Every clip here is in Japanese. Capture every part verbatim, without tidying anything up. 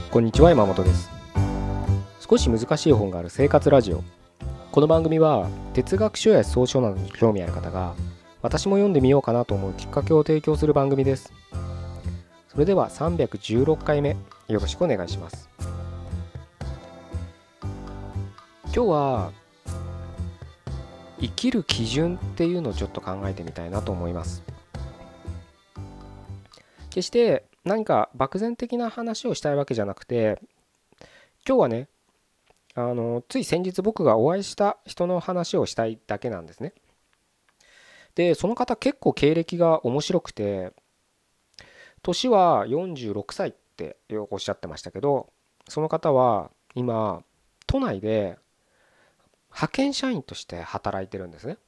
こんにちは、山本です。少し難しい本がある生活ラジオ。この番組は哲学書や思想書などに興味ある方が、私も読んでみようかなと思うきっかけを提供する番組です。それではさんびゃくじゅうろっかいめ、よろしくお願いします。今日は生きる基準っていうのをちょっと考えてみたいなと思います。決して何か漠然的な話をしたいわけじゃなくて、今日はね、あのつい先日僕がお会いした人の話をしたいだけなんですね。で、その方結構経歴が面白くて、年はよんじゅうろくさいってよくおっしゃってましたけど、その方は今都内で派遣社員として働いてるんですね。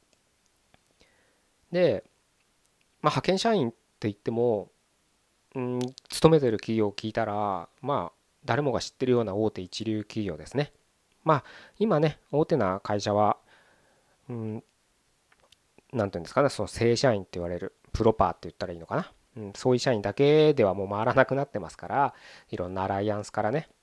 で、まあ、派遣社員って言っても、うん、勤めてる企業を聞いたら、まあ誰もが知ってるような大手一流企業ですね。まあ今ね、大手な会社は、うん、なんていうんですかね、その正社員って言われるプロパーって言ったらいいのかな、うん、そういう社員だけではもう回らなくなってますから、いろんなアライアンスからね、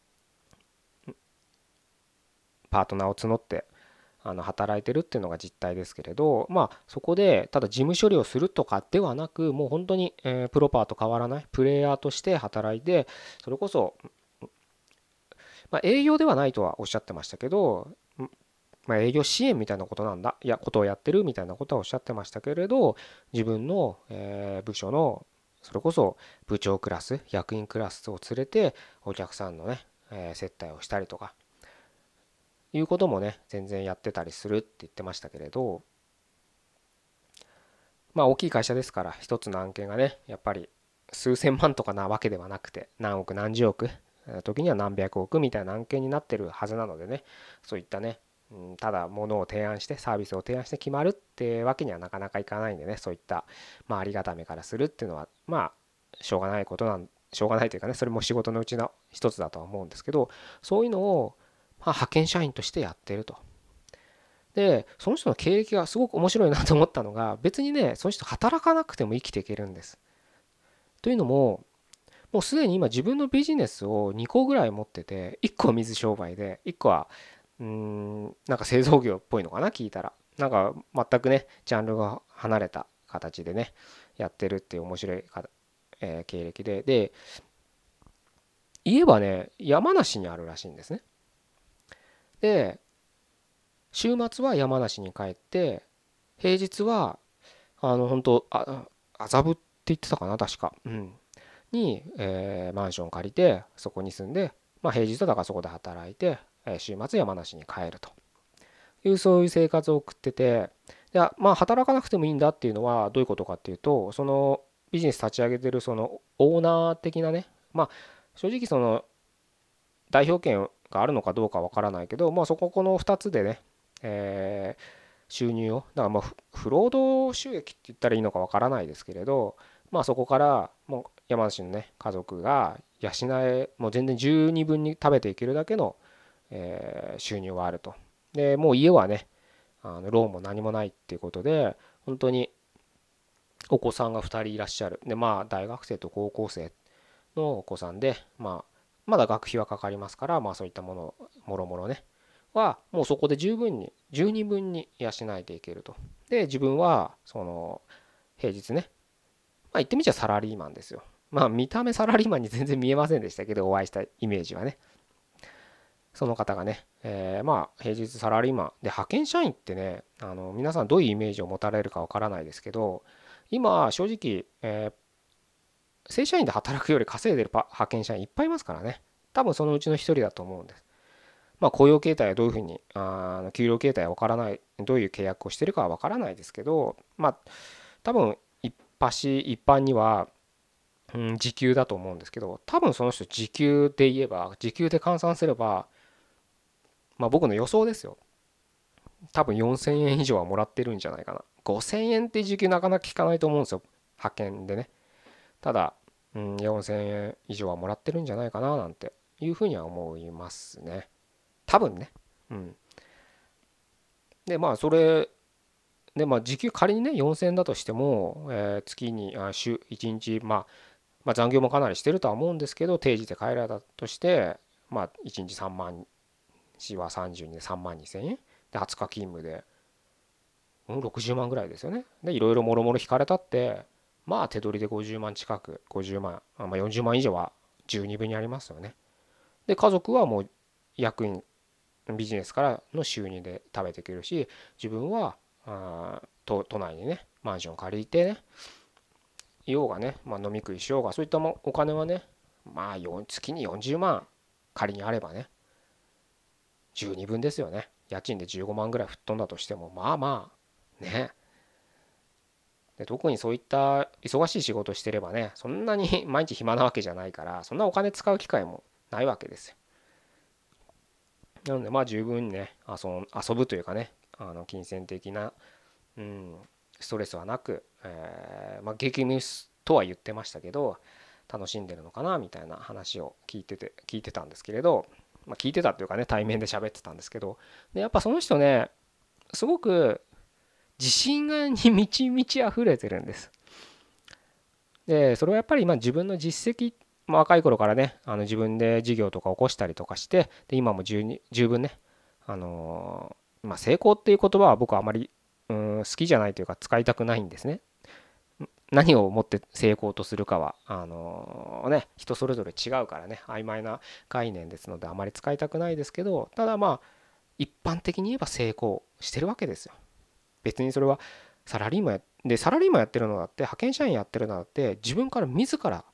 パートナーを募ってあの働いてるっていうのが実態ですけれど、まあそこでただ事務処理をするとかではなく、もう本当に、えープロパーと変わらないプレイヤーとして働いて、それこそ、まあ、営業ではないとはおっしゃってましたけど、まあ、営業支援みたいなことなんだ、いや、ことをやってるみたいなことはおっしゃってましたけれど、自分の、えー部署の、それこそ部長クラス、役員クラスを連れて、お客さんのね、えー接待をしたりとか、いうこともね、全然やってたりするって言ってましたけれど、まあ、大きい会社ですから、一つの案件がね、やっぱり数千万とかなわけではなくて、何億、何十億、時には何百億みたいな案件になってるはずなのでね、そういったね、うん、ただ物を提案してサービスを提案して決まるってわけにはなかなかいかないんでね、そういった、まあ、ありがためからするっていうのは、まあしょうがないことなん、しょうがないというかね、それも仕事のうちの一つだとは思うんですけど、そういうのを、まあ、派遣社員としてやってると。で、その人の経歴がすごく面白いなと思ったのが、別にね、その人働かなくても生きていけるんです。というのも、もうすでに今自分のビジネスをにこぐらい持ってて、いっこは水商売で、いっこは、うーん、なんか製造業っぽいのかな、聞いたら。なんか全くね、ジャンルが離れた形でね、やってるっていう面白いか、えー経歴で、で、家はね、山梨にあるらしいんですね。で、週末は山梨に帰って、平日は、あの、本当あ、麻布って言ってたかな、確か。うん。に、えーマンション借りて、そこに住んで、まあ平日はだからそこで働いて、えー週末山梨に帰るという、そういう生活を送ってて、で、まあ働かなくてもいいんだっていうのはどういうことかっていうと、そのビジネス立ち上げてるそのオーナー的なね、まあ正直その代表権があるのかどうかわからないけど、まあそここのふたつでね、えー収入を、だからまあ不労働収益って言ったらいいのかわからないですけれど、まあそこからもう山梨のね家族が養え、もう全然十二分に食べていけるだけの、えー収入はあると。でもう家はね、あのローンも何もないっていうことで、本当にお子さんがふたりいらっしゃる。でまあ大学生と高校生のお子さんで、まあまだ学費はかかりますから、まあそういったものもろもろねはもうそこで十分に十二分に養えていけると。で自分はその平日ね、まあ言ってみちゃサラリーマンですよ。まあ見た目サラリーマンに全然見えませんでしたけど、お会いしたイメージはね、その方がね、えーまあ平日サラリーマンで、派遣社員ってね、あの皆さんどういうイメージを持たれるかわからないですけど、今正直、えー正社員で働くより稼いでる派遣社員いっぱいいますからね。多分そのうちの一人だと思うんです。まあ雇用形態はどういうふうに、あの給料形態はわからない、どういう契約をしてるかはわからないですけど、まあ多分一般一般には、うん、時給だと思うんですけど、多分その人時給で言えば、時給で換算すれば、まあ僕の予想ですよ。多分よんせんえん以上はもらってるんじゃないかな。ごせんえんって時給なかなか聞かないと思うんですよ。派遣でね。ただ、うん、よんせんえん以上はもらってるんじゃないかななんていうふうには思いますね。多分ね。うん。で、まあ、それ、で、まあ、時給仮にね、よんせんえんだとしても、えー月に、あ、週、いちにち、まあ、 まあ、残業もかなりしてるとは思うんですけど、定時で帰られたとして、まあ、いちにちさんまん、市はさんじゅうにでさんまんにせんえんで、はつか勤務で、うん、ろくじゅうまんぐらいですよね。でいろいろもろもろ引かれたって、まあ手取りでごじゅうまん近く、ごじゅうまん、あまあ、よんじゅうまん以上は十二分にありますよね。で家族はもう役員ビジネスからの収入で食べていけるし、自分はあ都都内にねマンション借りてね、いようがね、まあ、飲み食いしようが、そういったもお金はね、まあ月によんじゅうまん仮にあればね、十二分ですよね。家賃でじゅうごまんぐらい吹っ飛んだとしても、まあまあね。で特にそういった忙しい仕事してればね、そんなに毎日暇なわけじゃないから、そんなお金使う機会もないわけですよ。なのでまあ十分にね、遊遊ぶというかね、あの金銭的な、うん、ストレスはなく、えーまあ、激務とは言ってましたけど、楽しんでるのかなみたいな話を聞いてて聞いてたんですけれど、まあ、聞いてたっていうかね、対面で喋ってたんですけど、でやっぱその人ね、すごく自信がに満ち満ち溢れてるんです。でそれはやっぱり今自分の実績、まあ、若い頃からね、あの自分で事業とか起こしたりとかして、で今も十に十分ね、あのーまあ、成功っていう言葉は僕はあまりうん好きじゃないというか使いたくないんですね。何をもって成功とするかはあのーね、人それぞれ違うからね、曖昧な概念ですのであまり使いたくないですけど、ただまあ一般的に言えば成功してるわけですよ。別にそれはサラリーマンやでサラリーマンやってるのだって、派遣社員やってるのだって、自分から自ら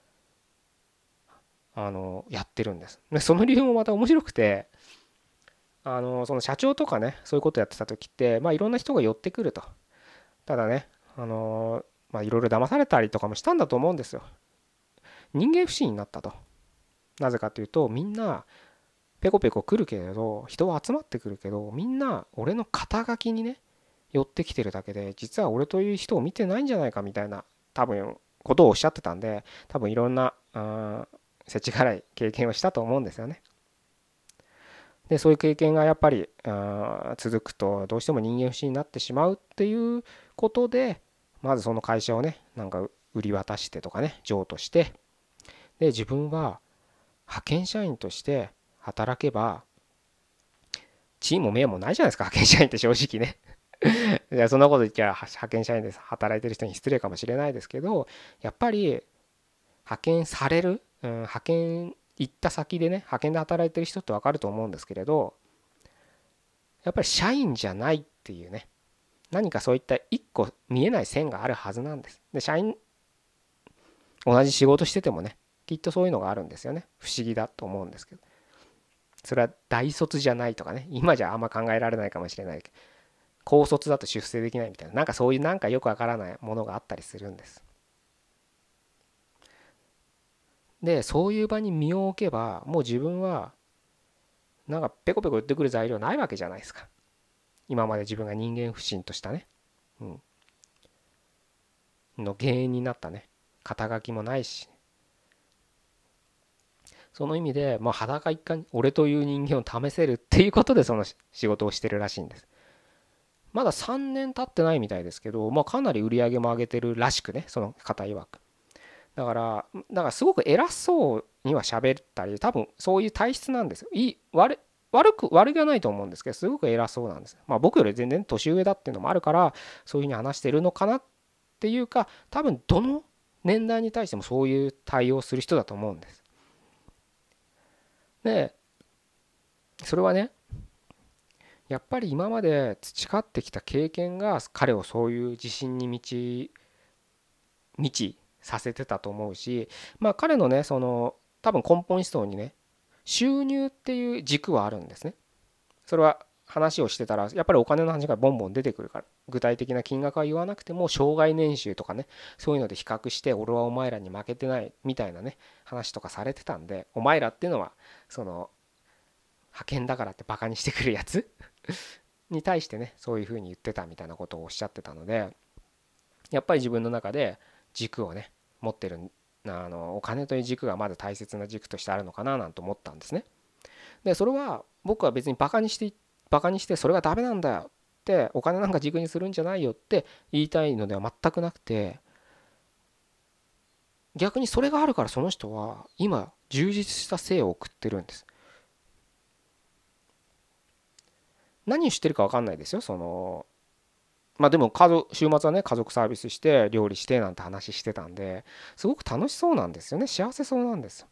あのやってるんです。でその理由もまた面白くて、あのその社長とかね、そういうことやってた時って、まあいろんな人が寄ってくると。ただね、あのまあいろいろ騙されたりとかもしたんだと思うんですよ。人間不信になったと。なぜかというと、みんなペコペコ来るけれど、人は集まってくるけど、みんな俺の肩書きにね寄ってきてるだけで、実は俺という人を見てないんじゃないかみたいな、多分ことをおっしゃってたんで、多分いろんな世知辛い経験をしたと思うんですよね。でそういう経験がやっぱり続くと、どうしても人間不信になってしまうっていうことで、まずその会社をねなんか売り渡してとかね、譲渡して、で自分は派遣社員として働けば地位も名もないじゃないですか、派遣社員って正直ね。いやそんなこと言っちゃ派遣社員で働いてる人に失礼かもしれないですけど、やっぱり派遣される、うん、派遣行った先でね、派遣で働いてる人って分かると思うんですけれど、やっぱり社員じゃないっていうね、何かそういった一個見えない線があるはずなんです。で社員、同じ仕事しててもね、きっとそういうのがあるんですよね。不思議だと思うんですけど、それは大卒じゃないとかね、今じゃあんま考えられないかもしれないけど、高卒だと出世できないみたいな、なんかそういうなんかよくわからないものがあったりするんです。でそういう場に身を置けば、もう自分はなんかペコペコ言ってくる材料ないわけじゃないですか。今まで自分が人間不信としたね、うん、の原因になったね肩書きもないし、その意味で、まあ、裸一貫俺という人間を試せるっていうことでその仕事をしてるらしいんです。まださんねん経ってないみたいですけど、まあ、かなり売り上げも上げてるらしくね、その方曰く。だからだからすごく偉そうには喋ったり、多分そういう体質なんですよ。いい悪悪く悪気はないと思うんですけど、すごく偉そうなんです。まあ僕より全然年上だっていうのもあるから、そういうふうに話してるのかなっていうか、多分どの年代に対してもそういう対応する人だと思うんです。でそれはね、やっぱり今まで培ってきた経験が彼をそういう自信に満ち満ちさせてたと思うし、まあ彼のねその多分根本思想にね、収入っていう軸はあるんですね。それは話をしてたらやっぱりお金の話がボンボン出てくるから、具体的な金額は言わなくても生涯年収とかね、そういうので比較して俺はお前らに負けてないみたいなね話とかされてたんで、お前らっていうのはその派遣だからってバカにしてくるやつに対してね、そういう風に言ってたみたいなことをおっしゃってたので、やっぱり自分の中で軸をね持ってる、あのお金という軸がまだ大切な軸としてあるのかななんて思ったんですね。でそれは僕は別にバカにしてバカにしてそれがダメなんだよって、お金なんか軸にするんじゃないよって言いたいのでは全くなくて、 逆にそれがあるから、その人は今充実した生を送ってるんです。何してるか分かんないですよ。そのまあでも家族、週末はね、家族サービスして料理してなんて話してたんで、すごく楽しそうなんですよね。幸せそうなんですよ。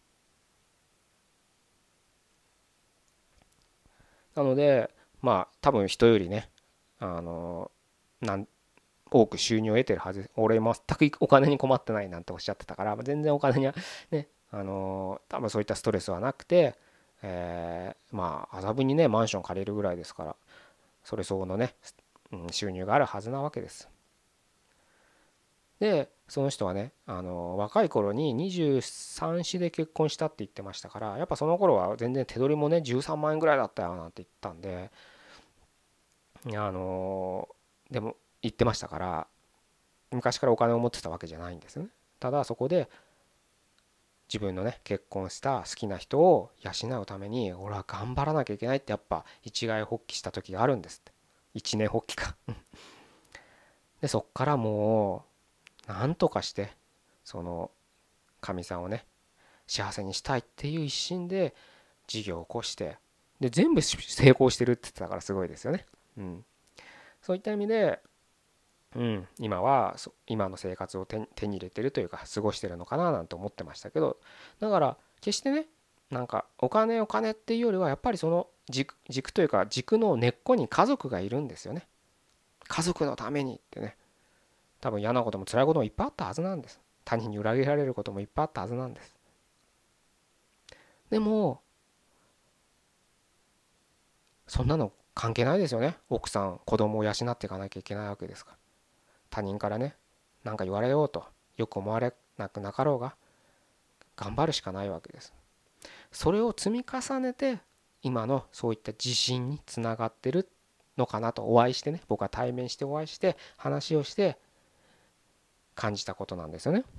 なので、まあ多分人よりね、あのなん多く収入を得てるはず。俺全くお金に困ってないなんておっしゃってたから、全然お金にはね、あの多分そういったストレスはなくて、えーまあ麻布にねマンション借りるぐらいですから、それ相応のね、うん、収入があるはずなわけです。でその人はね、あの若い頃ににじゅうさん子で結婚したって言ってましたから、やっぱその頃は全然手取りもねじゅうさんまん円ぐらいだったよなんて言ったんで、あのでも言ってましたから、昔からお金を持ってたわけじゃないんですよね。ただそこで自分のね結婚した好きな人を養うために俺は頑張らなきゃいけないって、やっぱ一概発起した時があるんですって。一年発起かでそっからもうなんとかしてそのかみさんをね幸せにしたいっていう一心で事業を起こして、で全部成功してるって言ってたからすごいですよね。うん、そういった意味で、うん、今は今の生活を手手に入れてるというか過ごしてるのかななんて思ってましたけど、だから決してね、なんかお金お金っていうよりはやっぱりその軸、軸というか軸の根っこに家族がいるんですよね。家族のためにってね、多分嫌なことも辛いこともいっぱいあったはずなんです。他人に裏切られることもいっぱいあったはずなんです。でもそんなの関係ないですよね。奥さん子供を養っていかなきゃいけないわけですから。他人からね何か言われようとよく思われなくなかろうが頑張るしかないわけです。それを積み重ねて今のそういった自信につながってるのかなと、お会いしてね、僕は対面してお会いして話をして感じたことなんですよね。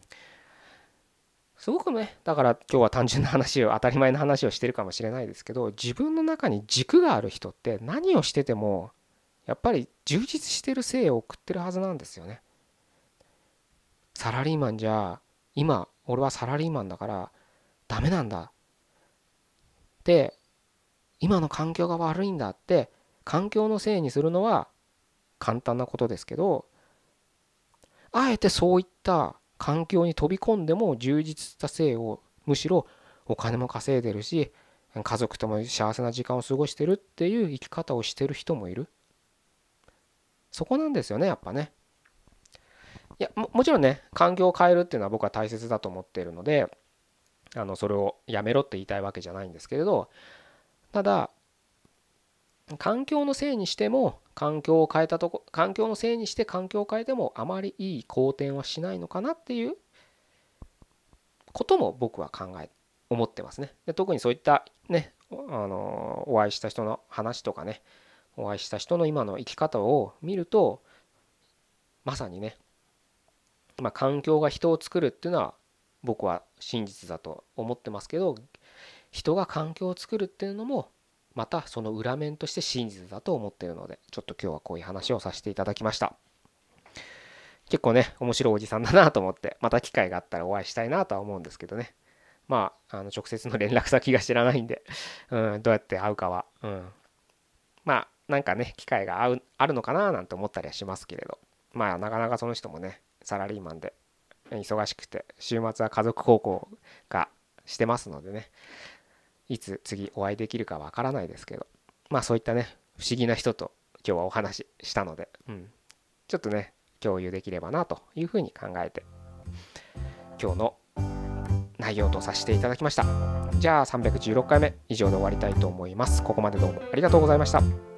すごくね、だから今日は単純な話を当たり前の話をしてるかもしれないですけど、自分の中に軸がある人って何をしててもやっぱり充実してる生を送ってるはずなんですよね。サラリーマンじゃ、今俺はサラリーマンだからダメなんだって、今の環境が悪いんだって環境のせいにするのは簡単なことですけど、あえてそういった環境に飛び込んでも充実した生を、むしろお金も稼いでるし家族とも幸せな時間を過ごしてるっていう生き方をしてる人もいる。そこなんですよね、やっぱね。いや も, もちろんね、環境を変えるっていうのは僕は大切だと思っているので、あのそれをやめろって言いたいわけじゃないんですけれど、ただ環境のせいにしても環境を変えたとこ環境のせいにして環境を変えてもあまりいい好転はしないのかなっていうことも僕は考え思ってますね。で特にそういったね、あのお会いした人の話とかね、お会いした人の今の生き方を見ると、まさにね、まあ、環境が人を作るっていうのは僕は真実だと思ってますけど、人が環境を作るっていうのもまたその裏面として真実だと思っているので、ちょっと今日はこういう話をさせていただきました。結構ね面白いおじさんだなと思って、また機会があったらお会いしたいなとは思うんですけどね。まあ、あの直接の連絡先が知らないんで、うん、どうやって会うかは、うん、まあなんかね機会が合うあるのかななんて思ったりはしますけれど、まあなかなかその人もねサラリーマンで忙しくて週末は家族孝行がしてますのでね、いつ次お会いできるかわからないですけど、まあそういったね不思議な人と今日はお話ししたので、うん、ちょっとね共有できればなというふうに考えて今日の内容とさせていただきました。じゃあさんびゃくじゅうろっかいめ以上で終わりたいと思います。ここまでどうもありがとうございました。